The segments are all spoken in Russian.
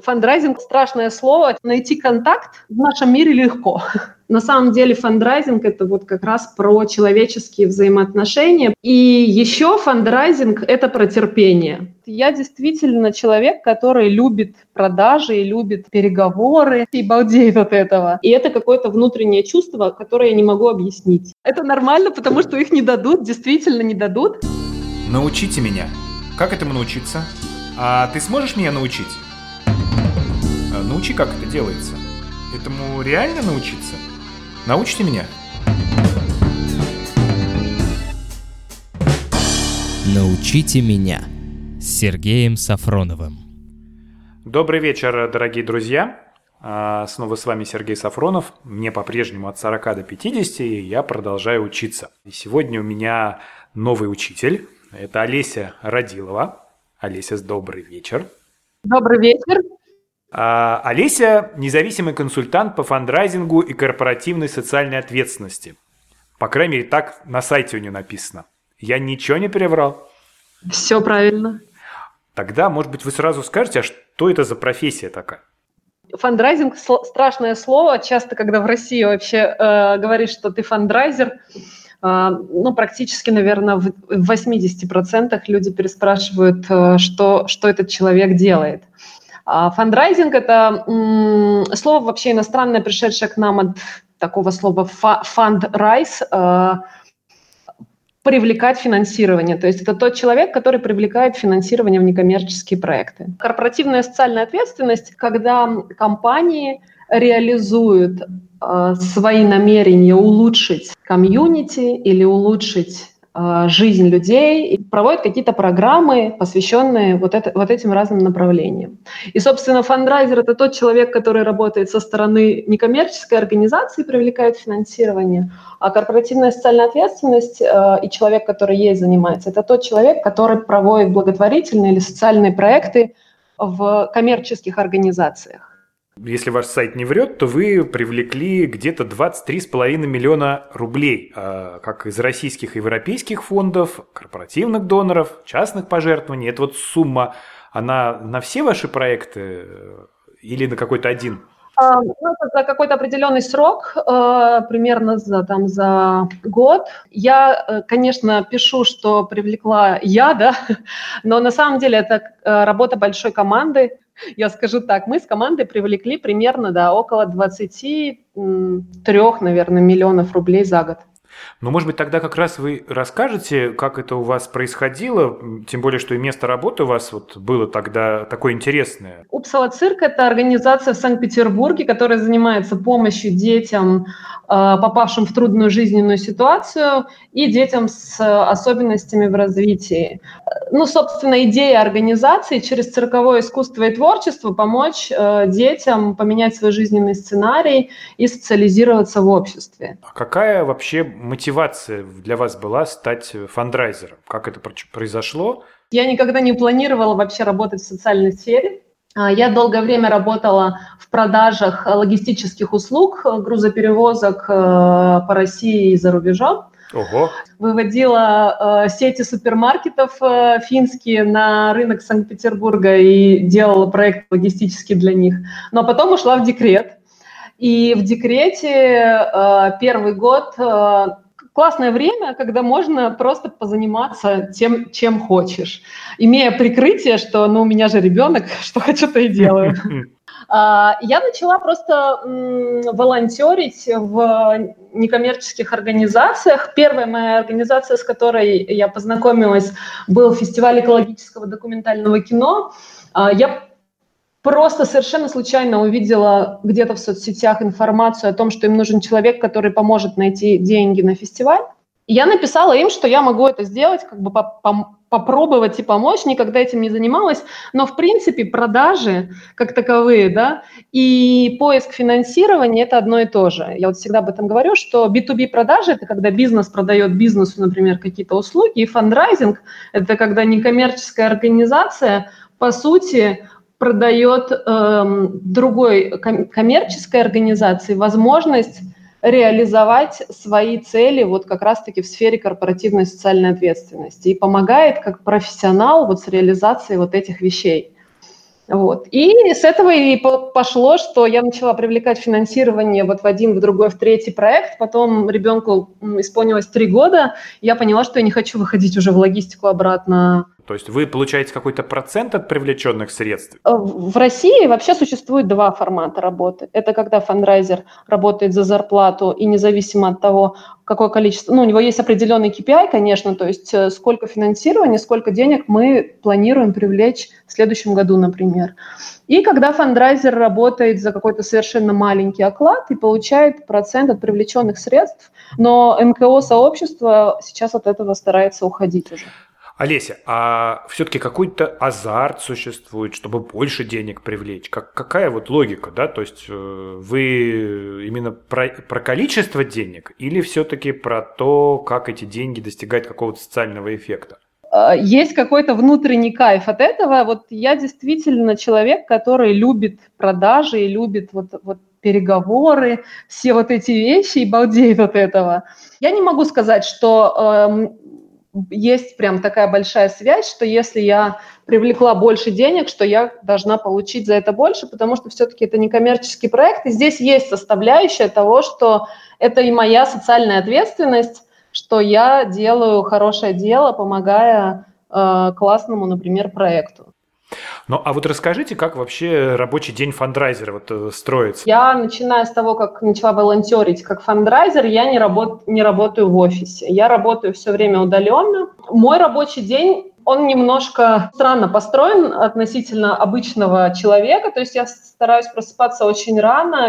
Фандрайзинг – страшное слово. Найти контакт в нашем мире легко. На самом деле фандрайзинг – это вот как раз про человеческие взаимоотношения. И еще фандрайзинг – это про терпение. Я действительно человек, который любит продажи и любит переговоры и балдеет от этого. И это какое-то внутреннее чувство, которое я не могу объяснить. Это нормально, потому что их не дадут, действительно не дадут. Научите меня. Как этому научиться? А ты сможешь меня научить? Научи, как это делается. Этому реально научиться? Научите меня. Научите меня с Сергеем Сафроновым. Добрый вечер, дорогие друзья. Снова с вами Сергей Сафронов. Мне по-прежнему от 40 до 50, и я продолжаю учиться. И сегодня у меня новый учитель. Это Олеся Родилова. Олеся, добрый вечер. Добрый вечер. Олеся – независимый консультант по фандрайзингу и корпоративной социальной ответственности. По крайней мере, так на сайте у нее написано. Я ничего не переврал? Все правильно. Тогда, может быть, вы сразу скажете, а что это за профессия такая? Фандрайзинг – страшное слово. Часто, когда в России вообще говоришь, что ты фандрайзер, практически, наверное, в 80% люди переспрашивают, что этот человек делает. Фандрайзинг – это слово вообще иностранное, пришедшее к нам от такого слова «фандрайз», привлекать финансирование. То есть это тот человек, который привлекает финансирование в некоммерческие проекты. Корпоративная социальная ответственность, когда компании реализуют свои намерения улучшить комьюнити или улучшить жизнь людей и проводят какие-то программы, посвященные вот этим разным направлениям. И, собственно, фандрайзер – это тот человек, который работает со стороны некоммерческой организации, привлекает финансирование, а корпоративная социальная ответственность и человек, который ей занимается, это тот человек, который проводит благотворительные или социальные проекты в коммерческих организациях. Если ваш сайт не врет, то вы привлекли где-то 23,5 миллиона рублей, как из российских и европейских фондов, корпоративных доноров, частных пожертвований. Это вот сумма, она на все ваши проекты или на какой-то один? Это за какой-то определенный срок, примерно за год. Я, конечно, пишу, что привлекла я, да, но на самом деле это работа большой команды. Я скажу так, мы с командой привлекли примерно, около 23, наверное, миллионов рублей за год. Ну, может быть, тогда как раз вы расскажете, как это у вас происходило, тем более, что и место работы у вас вот было тогда такое интересное. Упсала Цирк – это организация в Санкт-Петербурге, которая занимается помощью детям, попавшим в трудную жизненную ситуацию, и детям с особенностями в развитии. Собственно, идея организации через цирковое искусство и творчество помочь детям поменять свой жизненный сценарий и социализироваться в обществе. А какая вообще мотивация для вас была стать фандрайзером? Как это произошло? Я никогда не планировала вообще работать в социальной сфере. Я долгое время работала в продажах логистических услуг, грузоперевозок по России и за рубежом. Ого. Выводила сети супермаркетов финские на рынок Санкт-Петербурга и делала проект логистический для них. Но потом ушла в декрет. И в декрете первый год классное время, когда можно просто позаниматься тем, чем хочешь, имея прикрытие, что у меня же ребенок, что хочу, то и делаю. Я начала просто волонтерить в некоммерческих организациях. Первая моя организация, с которой я познакомилась, был фестиваль экологического документального кино. Я просто совершенно случайно увидела где-то в соцсетях информацию о том, что им нужен человек, который поможет найти деньги на фестиваль. И я написала им, что я могу это сделать, попробовать и помочь, никогда этим не занималась, но в принципе продажи как таковые, да, и поиск финансирования – это одно и то же. Я вот всегда об этом говорю, что B2B продажи – это когда бизнес продает бизнесу, например, какие-то услуги, и фандрайзинг – это когда некоммерческая организация, по сути, продает другой коммерческой организации возможность реализовать свои цели вот как раз-таки в сфере корпоративной социальной ответственности и помогает как профессионал вот с реализацией вот этих вещей. Вот. И с этого и пошло, что я начала привлекать финансирование вот в один, в другой, в третий проект. Потом ребенку исполнилось 3 года. Я поняла, что я не хочу выходить уже в логистику обратно. То есть вы получаете какой-то процент от привлеченных средств? В России вообще существует 2 формата работы. Это когда фандрайзер работает за зарплату, и независимо от того, какое количество... у него есть определенный KPI, конечно, то есть сколько финансирования, сколько денег мы планируем привлечь в следующем году, например. И когда фандрайзер работает за какой-то совершенно маленький оклад и получает процент от привлеченных средств, но МКО-сообщество сейчас от этого старается уходить уже. Олеся, а все-таки какой-то азарт существует, чтобы больше денег привлечь? Какая вот логика, да? То есть вы именно про количество денег или все-таки про то, как эти деньги достигают какого-то социального эффекта? Есть какой-то внутренний кайф от этого. Вот я действительно человек, который любит продажи и любит вот переговоры, все вот эти вещи и балдеет от этого. Я не могу сказать, что есть прям такая большая связь, что если я привлекла больше денег, что я должна получить за это больше, потому что все-таки это не коммерческий проект, и здесь есть составляющая того, что это и моя социальная ответственность, что я делаю хорошее дело, помогая классному, например, проекту. Ну, а вот расскажите, как вообще рабочий день фандрайзера строится? Я, начиная с того, как начала волонтерить как фандрайзер, я не работаю в офисе. Я работаю все время удаленно. Мой рабочий день, он немножко странно построен относительно обычного человека. То есть я стараюсь просыпаться очень рано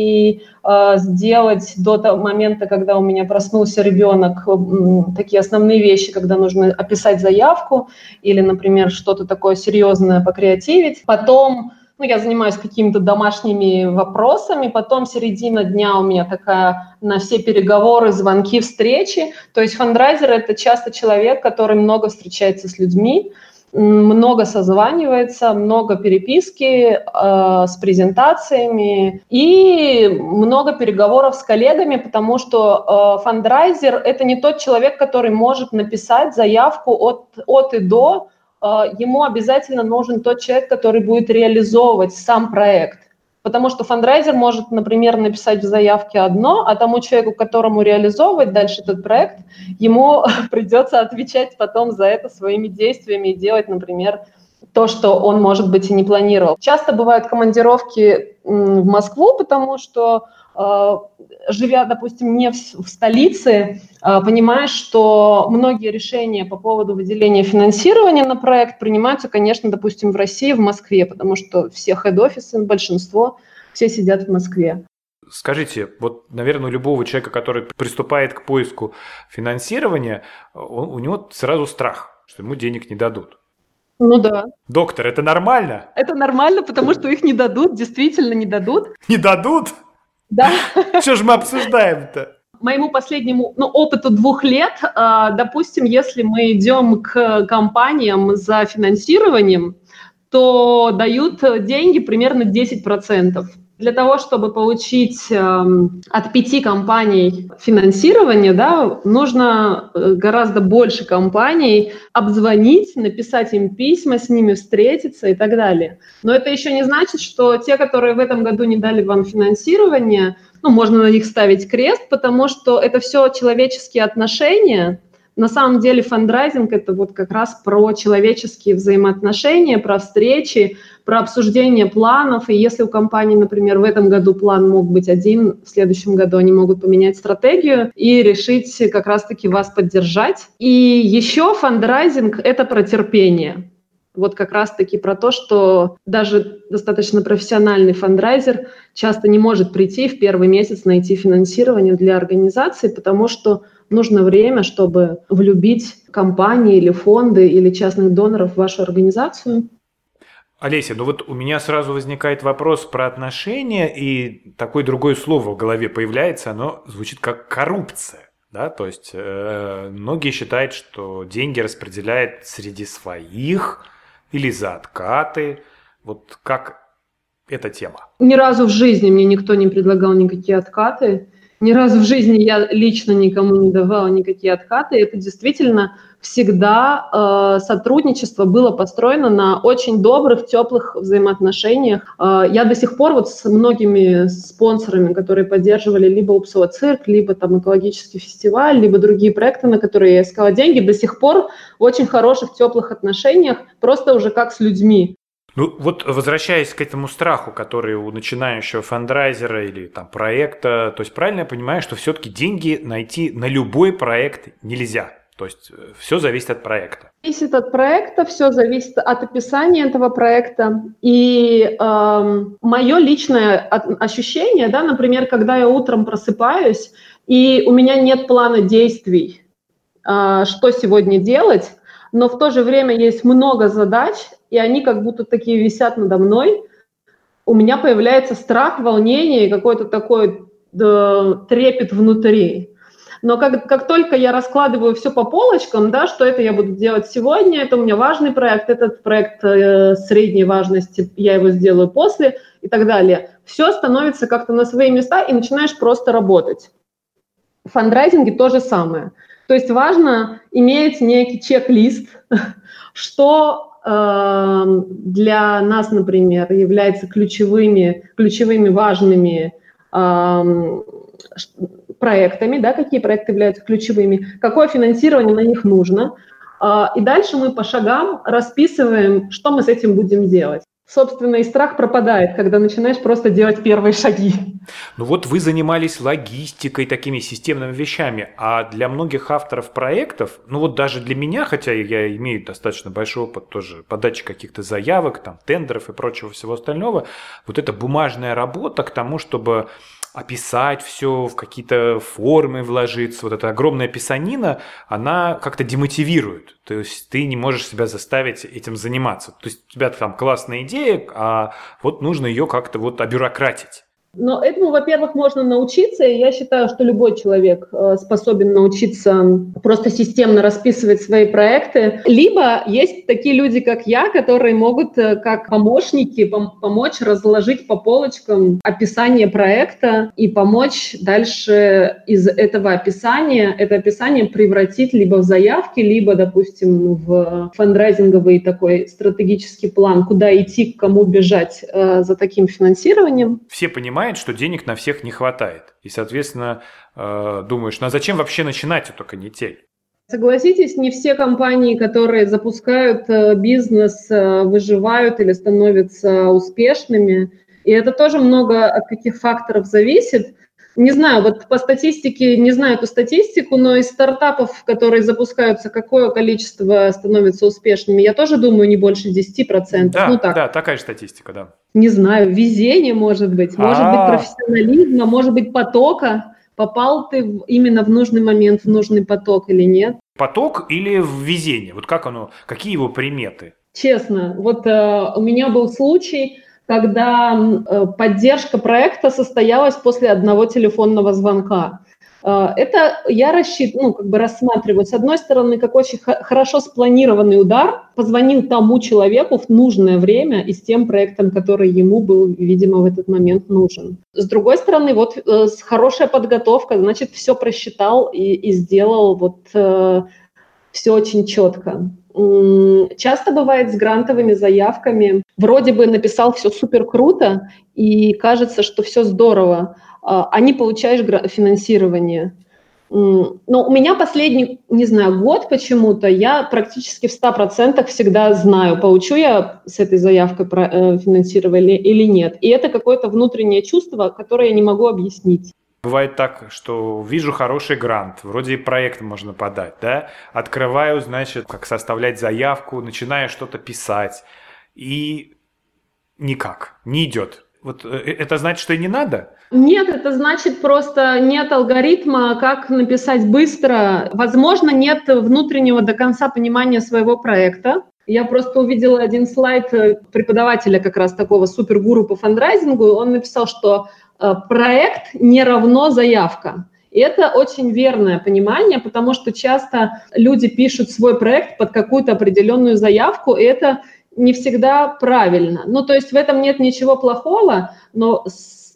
и сделать до того момента, когда у меня проснулся ребенок, такие основные вещи, когда нужно описать заявку или, например, что-то такое серьезное покреативить. Потом я занимаюсь какими-то домашними вопросами, потом середина дня у меня такая на все переговоры, звонки, встречи. То есть фандрайзер – это часто человек, который много встречается с людьми, много созванивается, много переписки с презентациями и много переговоров с коллегами, потому что фандрайзер – это не тот человек, который может написать заявку от и до. Ему обязательно нужен тот человек, который будет реализовывать сам проект. Потому что фандрайзер может, например, написать в заявке одно, а тому человеку, которому реализовывать дальше этот проект, ему придется отвечать потом за это своими действиями и делать, например, то, что он, может быть, и не планировал. Часто бывают командировки в Москву, потому что, живя, допустим, не в столице, понимаешь, что многие решения по поводу выделения финансирования на проект принимаются, конечно, допустим, в России, в Москве, потому что все хед-офисы, большинство, все сидят в Москве. Скажите, вот, наверное, у любого человека, который приступает к поиску финансирования, у него сразу страх, что ему денег не дадут. Ну да. Доктор, это нормально? Это нормально, потому что их не дадут, действительно не дадут. Не дадут? Да. Что же мы обсуждаем-то? Моему последнему опыту 2 лет, допустим, если мы идем к компаниям за финансированием, то дают деньги примерно 10%. Для того, чтобы получить от 5 компаний финансирование, да, нужно гораздо больше компаний обзвонить, написать им письма, с ними встретиться и так далее. Но это еще не значит, что те, которые в этом году не дали вам финансирование, можно на них ставить крест, потому что это все человеческие отношения. На самом деле фандрайзинг – это вот как раз про человеческие взаимоотношения, про встречи, про обсуждение планов. И если у компании, например, в этом году план мог быть один, в следующем году они могут поменять стратегию и решить как раз-таки вас поддержать. И еще фандрайзинг – это про терпение. Вот как раз-таки про то, что даже достаточно профессиональный фандрайзер часто не может прийти в первый месяц найти финансирование для организации, потому что нужно время, чтобы влюбить компании или фонды или частных доноров в вашу организацию. Олеся, вот у меня сразу возникает вопрос про отношения, и такое другое слово в голове появляется, оно звучит как коррупция. Да? То есть многие считают, что деньги распределяют среди своих или за откаты. Вот как эта тема? Ни разу в жизни мне никто не предлагал никакие откаты. Ни разу в жизни я лично никому не давала никакие откаты. Это действительно всегда сотрудничество было построено на очень добрых, теплых взаимоотношениях. Я до сих пор вот с многими спонсорами, которые поддерживали либо Упсово цирк, либо там экологический фестиваль, либо другие проекты, на которые я искала деньги, до сих пор в очень хороших, теплых отношениях, просто уже как с людьми. Ну вот возвращаясь к этому страху, который у начинающего фандрайзера или там проекта, то есть правильно я понимаю, что все-таки деньги найти на любой проект нельзя? То есть все зависит от проекта. Зависит от проекта, все зависит от описания этого проекта. И мое личное ощущение, да, например, когда я утром просыпаюсь, и у меня нет плана действий, что сегодня делать, но в то же время есть много задач, и они как будто такие висят надо мной, у меня появляется страх, волнение и какой-то такой трепет внутри. Но как только я раскладываю все по полочкам, да, что это я буду делать сегодня, это у меня важный проект, этот проект средней важности, я его сделаю после и так далее, все становится как-то на свои места, и начинаешь просто работать. В фандрайзинге то же самое. То есть важно иметь некий чек-лист, что для нас, например, является ключевыми важными проектами, да, какие проекты являются ключевыми, какое финансирование на них нужно. И дальше мы по шагам расписываем, что мы с этим будем делать. Собственно, и страх пропадает, когда начинаешь просто делать первые шаги. Ну вот вы занимались логистикой, такими системными вещами, а для многих авторов проектов, ну вот даже для меня, хотя я имею достаточно большой опыт тоже подачи каких-то заявок, там, тендеров и прочего всего остального, вот эта бумажная работа к тому, чтобы описать все, в какие-то формы вложиться, вот эта огромная писанина, она как-то демотивирует. То есть ты не можешь себя заставить этим заниматься. То есть у тебя там классная идея, а вот нужно ее как-то вот обюрократить. Но этому, во-первых, можно научиться, и я считаю, что любой человек способен научиться просто системно расписывать свои проекты. Либо есть такие люди, как я, которые могут как помощники помочь разложить по полочкам описание проекта и помочь дальше из этого описания это описание превратить либо в заявки, либо, допустим, в фандрайзинговый такой стратегический план, куда идти, к кому бежать за таким финансированием. Все понимают, что денег на всех не хватает. И, соответственно, думаешь, ну а зачем вообще начинать эту канитель? Согласитесь, не все компании, которые запускают бизнес, выживают или становятся успешными. И это тоже много от каких факторов зависит. Не знаю, вот по статистике, не знаю эту статистику, но из стартапов, которые запускаются, какое количество становится успешными, я тоже думаю, не больше 10%. Да, ну, так. Да, такая же статистика, да. Не знаю, везение может быть профессионализма, может быть потока. Попал ты именно в нужный момент, в нужный поток или нет? Поток или везение? Вот как оно, какие его приметы? Честно, вот у меня был случай, когда поддержка проекта состоялась после одного телефонного звонка. Это я рассматриваю, с одной стороны, как очень хорошо спланированный удар, позвонил тому человеку в нужное время и с тем проектом, который ему был, видимо, в этот момент нужен. С другой стороны, вот хорошая подготовка, значит, все просчитал и сделал все очень четко. Часто бывает с грантовыми заявками, вроде бы написал все супер круто, и кажется, что все здорово, а не получаешь финансирование. Но у меня последний, не знаю, год почему-то, я практически в 100% всегда знаю, получу я с этой заявкой финансирование или нет. И это какое-то внутреннее чувство, которое я не могу объяснить. Бывает так, что вижу хороший грант, вроде проект можно подать, да, открываю, значит, как составлять заявку, начинаю что-то писать, и никак, не идет. Вот это значит, что и не надо? Нет, это значит просто нет алгоритма, как написать быстро. Возможно, нет внутреннего до конца понимания своего проекта. Я просто увидела один слайд преподавателя как раз такого супергуру по фандрайзингу. Он написал, что проект не равно заявка. И это очень верное понимание, потому что часто люди пишут свой проект под какую-то определенную заявку, и это не всегда правильно. Ну, то есть в этом нет ничего плохого, но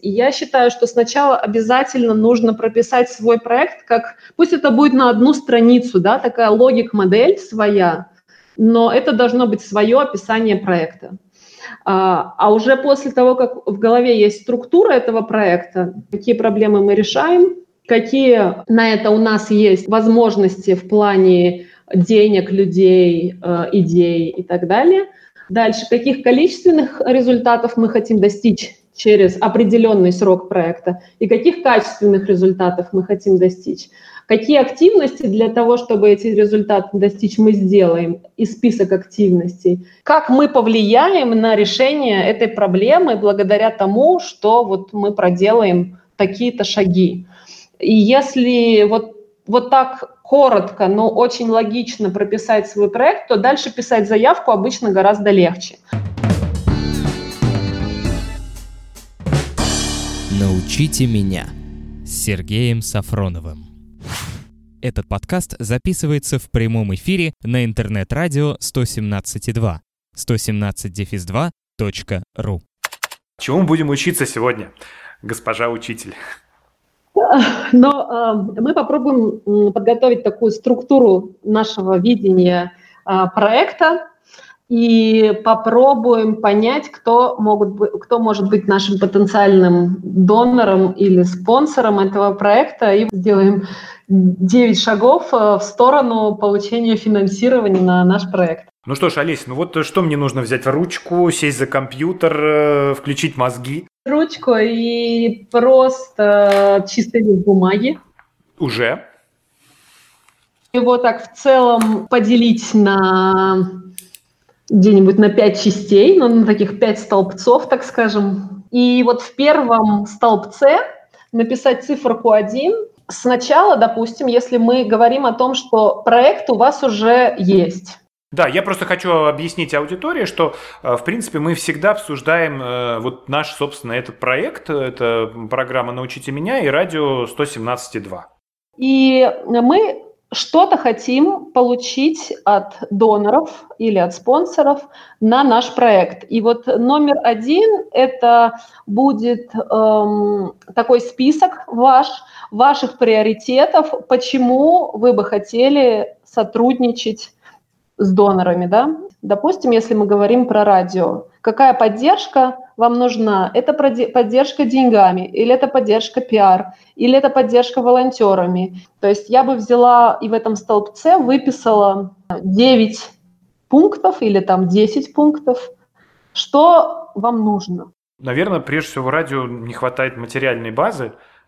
И я считаю, что сначала обязательно нужно прописать свой проект, пусть это будет на одну страницу, да, такая логик-модель своя, но это должно быть свое описание проекта. А уже после того, как в голове есть структура этого проекта, какие проблемы мы решаем, какие на это у нас есть возможности в плане денег, людей, идей и так далее. Дальше, каких количественных результатов мы хотим достичь через определенный срок проекта и каких качественных результатов мы хотим достичь. Какие активности для того, чтобы эти результаты достичь, мы сделаем, и список активностей. Как мы повлияем на решение этой проблемы благодаря тому, что вот мы проделаем такие-то шаги. И если вот так коротко, но очень логично прописать свой проект, то дальше писать заявку обычно гораздо легче. Научите меня с Сергеем Сафроновым. Этот подкаст записывается в прямом эфире на интернет-радио 117.2 117-2.ru. Чему мы будем учиться сегодня, госпожа учитель? Но мы попробуем подготовить такую структуру нашего видения проекта и попробуем понять, кто может быть нашим потенциальным донором или спонсором этого проекта, и сделаем 9 шагов в сторону получения финансирования на наш проект. Ну что ж, Олесь, что мне нужно взять в ручку, сесть за компьютер, включить мозги? Ручку и просто чистый лист бумаги. Уже. Его так в целом поделить где-нибудь на 5 частей, на таких 5 столбцов, так скажем. И вот в первом столбце написать циферку 1. Сначала, допустим, если мы говорим о том, что проект у вас уже есть. Да, я просто хочу объяснить аудитории, что, в принципе, мы всегда обсуждаем наш, собственно, этот проект, это программа «Научите меня» и радио 117.2. И мы что-то хотим получить от доноров или от спонсоров на наш проект. И вот номер 1 – это будет такой список ваших приоритетов, почему вы бы хотели сотрудничать с донорами, да? Допустим, если мы говорим про радио, какая поддержка вам нужна? Это поддержка деньгами, или это поддержка пиар, или это поддержка волонтерами. То есть я бы взяла и в этом столбце выписала 9 пунктов или там 10 пунктов, что вам нужно. Наверное, прежде всего в радио не хватает материальной базы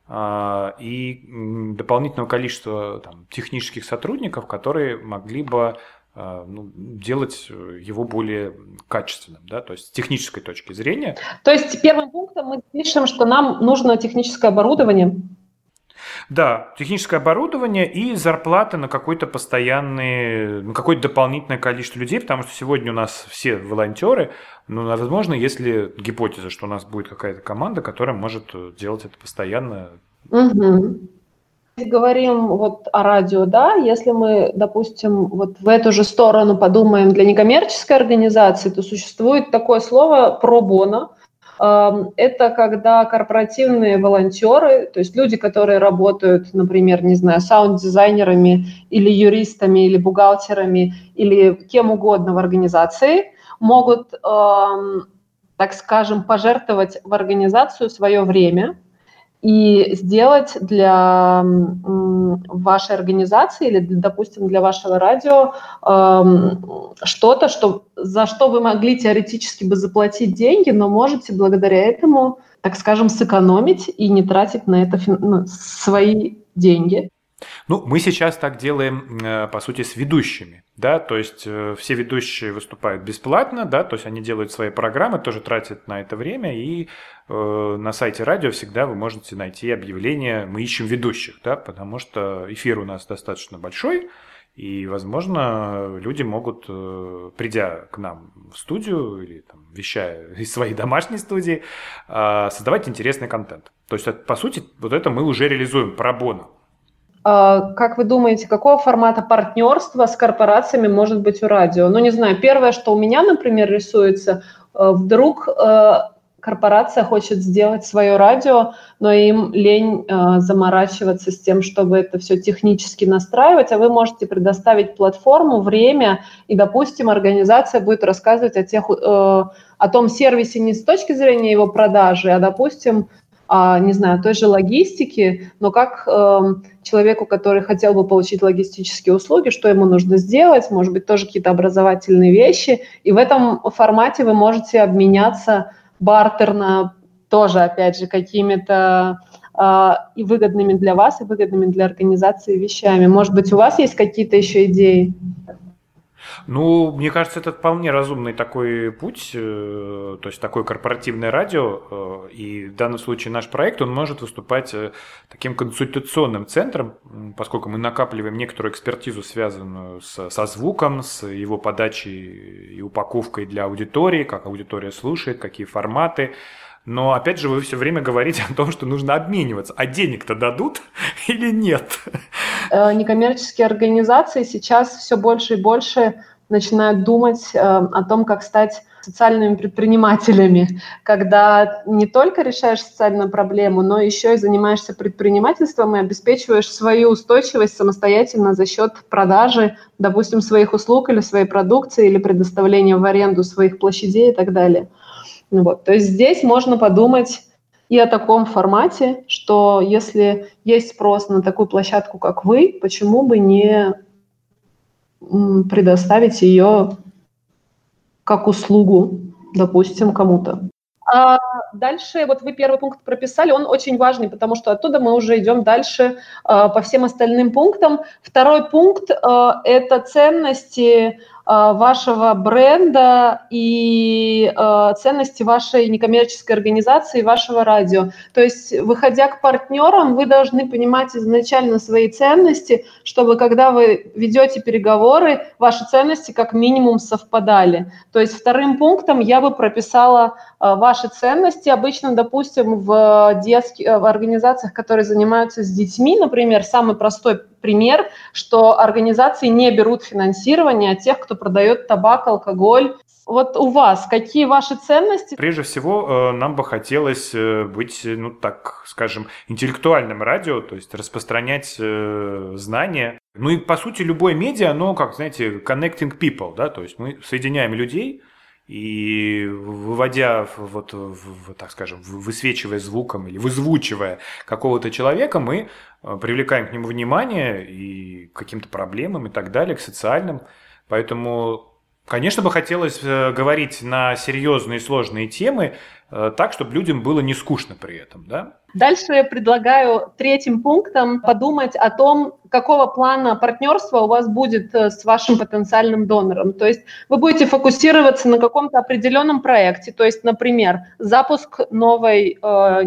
и дополнительного количества технических сотрудников, которые могли бы делать его более качественным, да, то есть с технической точки зрения. То есть первым пунктом мы пишем, что нам нужно техническое оборудование. Да, техническое оборудование и зарплата на какое-то дополнительное количество людей, потому что сегодня у нас все волонтеры, возможно, если гипотеза, что у нас будет какая-то команда, которая может делать это постоянно. Угу. Говорим о радио, да, если мы, допустим, в эту же сторону подумаем для некоммерческой организации, то существует такое слово «про боно». Это когда корпоративные волонтеры, то есть люди, которые работают, например, саунд-дизайнерами или юристами, или бухгалтерами, или кем угодно в организации, могут, так скажем, пожертвовать в организацию свое время и сделать для вашей организации или, допустим, для вашего радио что-то, за что вы могли теоретически бы заплатить деньги, но можете благодаря этому, так скажем, сэкономить и не тратить на это свои деньги. Мы сейчас так делаем, по сути, с ведущими, да, то есть все ведущие выступают бесплатно, да, то есть они делают свои программы, тоже тратят на это время, и на сайте радио всегда вы можете найти объявление «Мы ищем ведущих», да, потому что эфир у нас достаточно большой, и, возможно, люди могут, придя к нам в студию или вещая из своей домашней студии, создавать интересный контент. То есть, по сути, это мы уже реализуем про боно. Как вы думаете, какого формата партнерства с корпорациями может быть у радио? Первое, что у меня, например, рисуется, вдруг корпорация хочет сделать свое радио, но им лень заморачиваться с тем, чтобы это все технически настраивать, а вы можете предоставить платформу, время, и, допустим, организация будет рассказывать о том сервисе не с точки зрения его продажи, а, допустим, не знаю, той же логистики, но как человеку, который хотел бы получить логистические услуги, что ему нужно сделать, может быть, тоже какие-то образовательные вещи, и в этом формате вы можете обменяться бартерно тоже, опять же, какими-то и выгодными для вас, и выгодными для организации вещами. Может быть, у вас есть какие-то еще идеи? Ну, мне кажется, это вполне разумный такой путь, то есть такое корпоративное радио, и в данном случае наш проект, он может выступать таким консультационным центром, поскольку мы накапливаем некоторую экспертизу, связанную со звуком, с его подачей и упаковкой для аудитории, как аудитория слушает, какие форматы. Но, опять же, вы все время говорите о том, что нужно обмениваться. А денег-то дадут или нет? Некоммерческие организации сейчас все больше и больше начинают думать о том, как стать социальными предпринимателями, когда не только решаешь социальную проблему, но еще и занимаешься предпринимательством и обеспечиваешь свою устойчивость самостоятельно за счет продажи, допустим, своих услуг или своей продукции, или предоставления в аренду своих площадей и так далее. Вот. То есть здесь можно подумать и о таком формате, что если есть спрос на такую площадку, как вы, почему бы не предоставить ее как услугу, допустим, кому-то. А дальше, вот вы первый пункт прописали, он очень важный, потому что оттуда мы уже идем дальше по всем остальным пунктам. Второй пункт – это ценности вашего бренда и ценности вашей некоммерческой организации, вашего радио. То есть, выходя к партнерам, вы должны понимать изначально свои ценности, чтобы, когда вы ведете переговоры, ваши ценности как минимум совпадали. То есть, вторым пунктом я бы прописала ваши ценности. Обычно, допустим, в организациях, которые занимаются с детьми, например, самый простой пример, что организации не берут финансирование от тех, кто продает табак, алкоголь. Вот у вас какие ваши ценности? Прежде всего, нам бы хотелось быть, ну так скажем, интеллектуальным радио, то есть распространять знания. Ну и, по сути, любое медиа, оно, как, знаете, connecting people, да, то есть мы соединяем людей, и выводя, так скажем, высвечивая звуком или вызвучивая какого-то человека, мы привлекаем к нему внимание и к каким-то проблемам и так далее, к социальным. Поэтому, конечно, бы хотелось говорить на серьезные и сложные темы так, чтобы людям было не скучно при этом, да? Дальше я предлагаю третьим пунктом подумать о том, какого плана партнерства у вас будет с вашим потенциальным донором. То есть вы будете фокусироваться на каком-то определенном проекте, то есть, например, запуск новой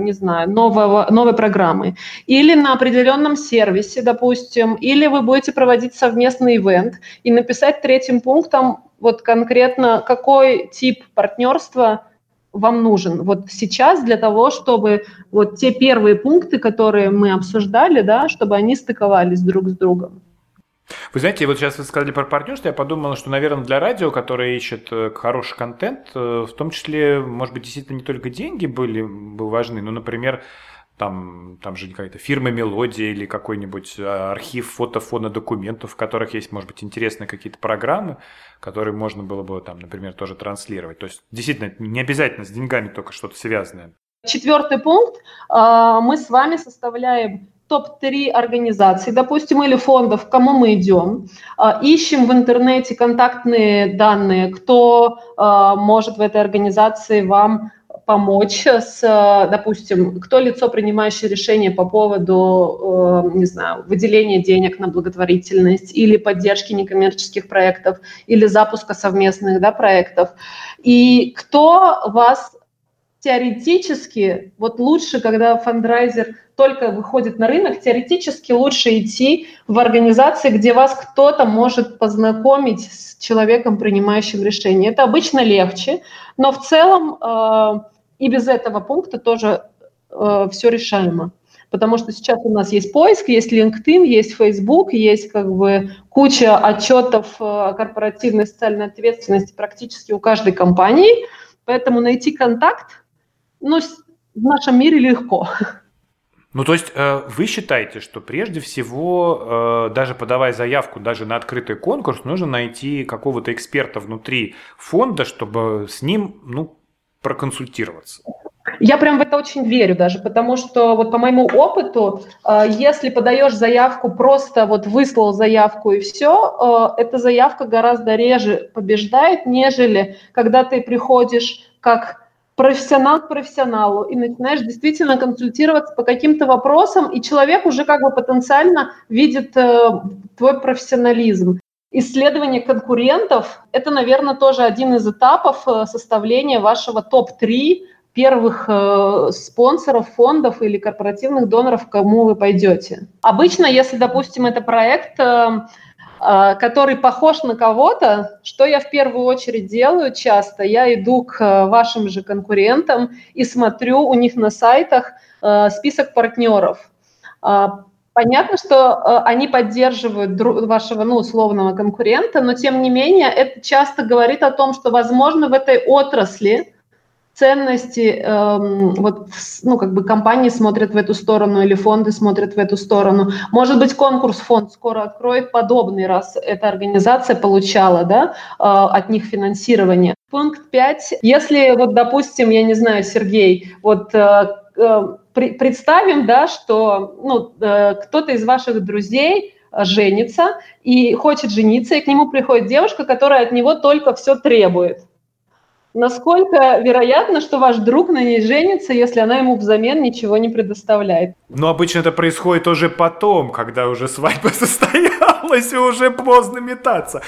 программы, или на определенном сервисе, допустим, или вы будете проводить совместный ивент и написать третьим пунктом вот конкретно, какой тип партнерства вам нужен вот сейчас для того, чтобы вот те первые пункты, которые мы обсуждали, да, чтобы они стыковались друг с другом. Вы знаете, вот сейчас вы сказали про партнерство, я подумал, что, наверное, для радио, которое ищет хороший контент, в том числе, может быть, действительно не только деньги были важны, но, например, там же какая-то фирма «Мелодия» или какой-нибудь архив фотофонодокументов, в которых есть, может быть, интересные какие-то программы, которые можно было бы, там, например, тоже транслировать. То есть, действительно, не обязательно с деньгами только что-то связанное. Четвертый пункт. Мы с вами составляем топ-3 организаций, допустим, или фондов, к кому мы идем. Ищем в интернете контактные данные, кто может в этой организации вам помочь допустим, кто лицо, принимающее решение по поводу, не знаю, выделения денег на благотворительность или поддержки некоммерческих проектов, или запуска совместных, да, проектов. И кто вас теоретически, вот лучше, когда фандрайзер только выходит на рынок, теоретически лучше идти в организации, где вас кто-то может познакомить с человеком, принимающим решение. Это обычно легче, но в целом и без этого пункта тоже все решаемо. Потому что сейчас у нас есть поиск, есть LinkedIn, есть Facebook, есть как бы куча отчетов корпоративной социальной ответственности практически у каждой компании. Поэтому найти контакт в нашем мире легко. Ну, то есть вы считаете, что прежде всего, даже подавая заявку даже на открытый конкурс, нужно найти какого-то эксперта внутри фонда, чтобы с ним, проконсультироваться? Я прям в это очень верю даже, потому что вот по моему опыту, если подаешь заявку, просто вот выслал заявку и все, эта заявка гораздо реже побеждает, нежели когда ты приходишь как профессионал к профессионалу и начинаешь действительно консультироваться по каким-то вопросам, и человек уже как бы потенциально видит твой профессионализм. Исследование конкурентов – это, наверное, тоже один из этапов составления вашего топ-3 первых спонсоров, фондов или корпоративных доноров, к кому вы пойдете. Обычно, если, допустим, это проект, который похож на кого-то, что я в первую очередь делаю часто? Я иду к вашим же конкурентам и смотрю у них на сайтах список партнеров. Понятно, что они поддерживают вашего, условного конкурента, но тем не менее это часто говорит о том, что, возможно, в этой отрасли ценности, компании смотрят в эту сторону или фонды смотрят в эту сторону. Может быть, фонд скоро откроет подобный, раз эта организация получала, от них финансирование. Пункт 5. Если, допустим, я не знаю, Сергей, представим, что кто-то из ваших друзей женится и хочет жениться, и к нему приходит девушка, которая от него только все требует. Насколько вероятно, что ваш друг на ней женится, если она ему взамен ничего не предоставляет? Обычно это происходит уже потом, когда уже свадьба состоялась, и уже поздно метаться.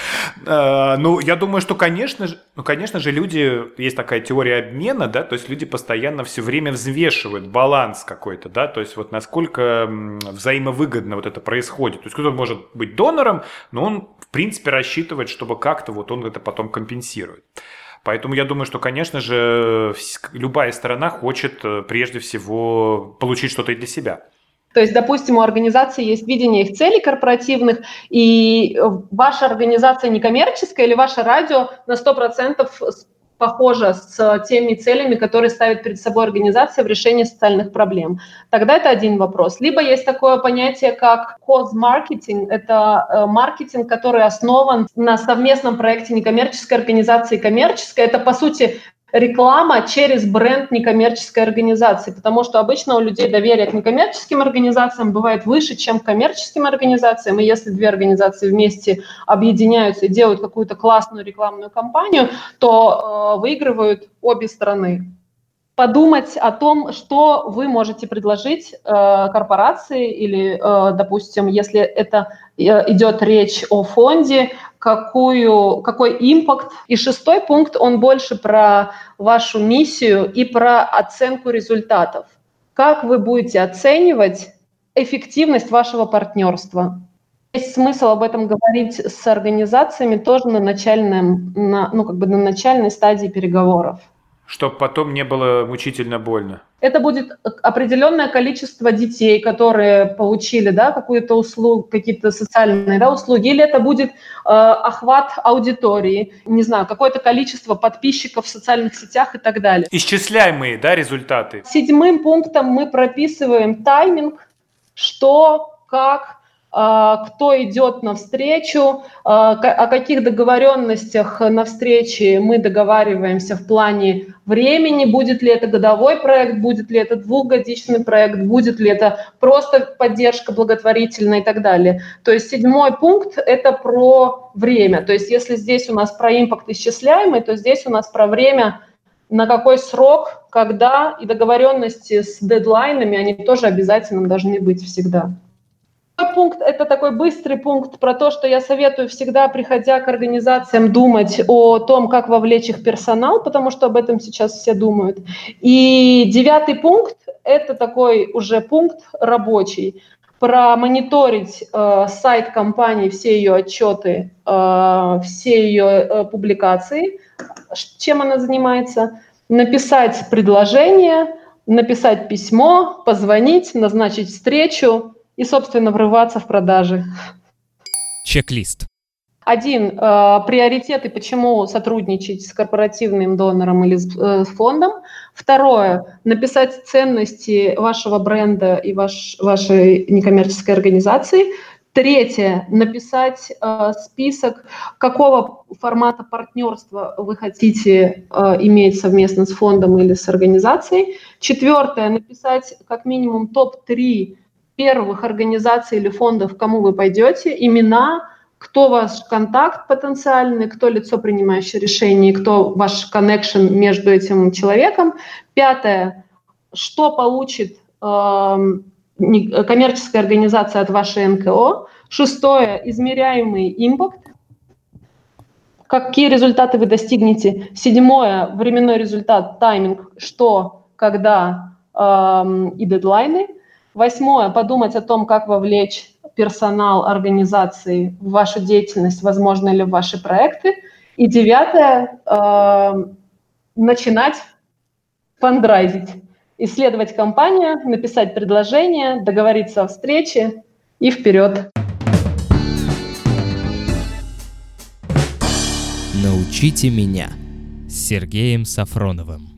Я думаю, что, конечно же, люди, есть такая теория обмена, то есть люди постоянно все время взвешивают баланс какой-то, то есть насколько взаимовыгодно это происходит. То есть кто-то может быть донором, но он, в принципе, рассчитывает, чтобы как-то он это потом компенсирует. Поэтому я думаю, что, конечно же, любая сторона хочет прежде всего получить что-то и для себя. То есть, допустим, у организации есть видение их целей корпоративных, и ваша организация некоммерческая или ваше радио на 100% похоже с теми целями, которые ставит перед собой организация в решении социальных проблем. Тогда это один вопрос. Либо есть такое понятие, как cause-маркетинг. Это маркетинг, который основан на совместном проекте некоммерческой организации и коммерческой. Это, по сути, реклама через бренд некоммерческой организации, потому что обычно у людей доверие к некоммерческим организациям бывает выше, чем к коммерческим организациям, и если две организации вместе объединяются и делают какую-то классную рекламную кампанию, то выигрывают обе стороны. Подумать о том, что вы можете предложить корпорации или, допустим, если это идет речь о фонде, какой импакт. И 6-й пункт, он больше про вашу миссию и про оценку результатов. Как вы будете оценивать эффективность вашего партнерства? Есть смысл об этом говорить с организациями тоже на начальной стадии переговоров. Чтобы потом не было мучительно больно. Это будет определенное количество детей, которые получили какую-то услугу, какие-то социальные услуги, или это будет охват аудитории, не знаю, какое-то количество подписчиков в социальных сетях и так далее. Исчисляемые, результаты. 7-м пунктом мы прописываем тайминг, что, как, кто идет навстречу, о каких договоренностях на встрече мы договариваемся в плане времени, будет ли это годовой проект, будет ли это двухгодичный проект, будет ли это просто поддержка благотворительная и так далее. То есть 7-й пункт – это про время. То есть если здесь у нас про импакт исчисляемый, то здесь у нас про время, на какой срок, когда, и договоренности с дедлайнами, они тоже обязательно должны быть всегда. Пункт – это такой быстрый пункт про то, что я советую всегда, приходя к организациям, думать о том, как вовлечь их персонал, потому что об этом сейчас все думают. И 9-й пункт – это такой уже пункт рабочий, промониторить сайт компании, все ее отчеты, все ее публикации, чем она занимается, написать предложение, написать письмо, позвонить, назначить встречу, и, собственно, врываться в продажи. Чек-лист. Приоритеты, почему сотрудничать с корпоративным донором или с фондом. Второе, написать ценности вашего бренда и вашей некоммерческой организации. Третье, написать список, какого формата партнерства вы хотите иметь совместно с фондом или с организацией. Четвертое, написать как минимум топ-3 первых организаций или фондов, к кому вы пойдете, имена, кто ваш контакт потенциальный, кто лицо, принимающее решение, кто ваш коннекшн между этим человеком. Пятое, что получит коммерческая организация от вашей НКО. Шестое, измеряемый импакт, какие результаты вы достигнете. Седьмое, временной результат, тайминг, что, когда и дедлайны. Восьмое, подумать о том, как вовлечь персонал организации в вашу деятельность, возможно ли в ваши проекты. И девятое, начинать фандрайзить, исследовать компанию, написать предложение, договориться о встрече и вперед. Научите меня с Сергеем Сафроновым.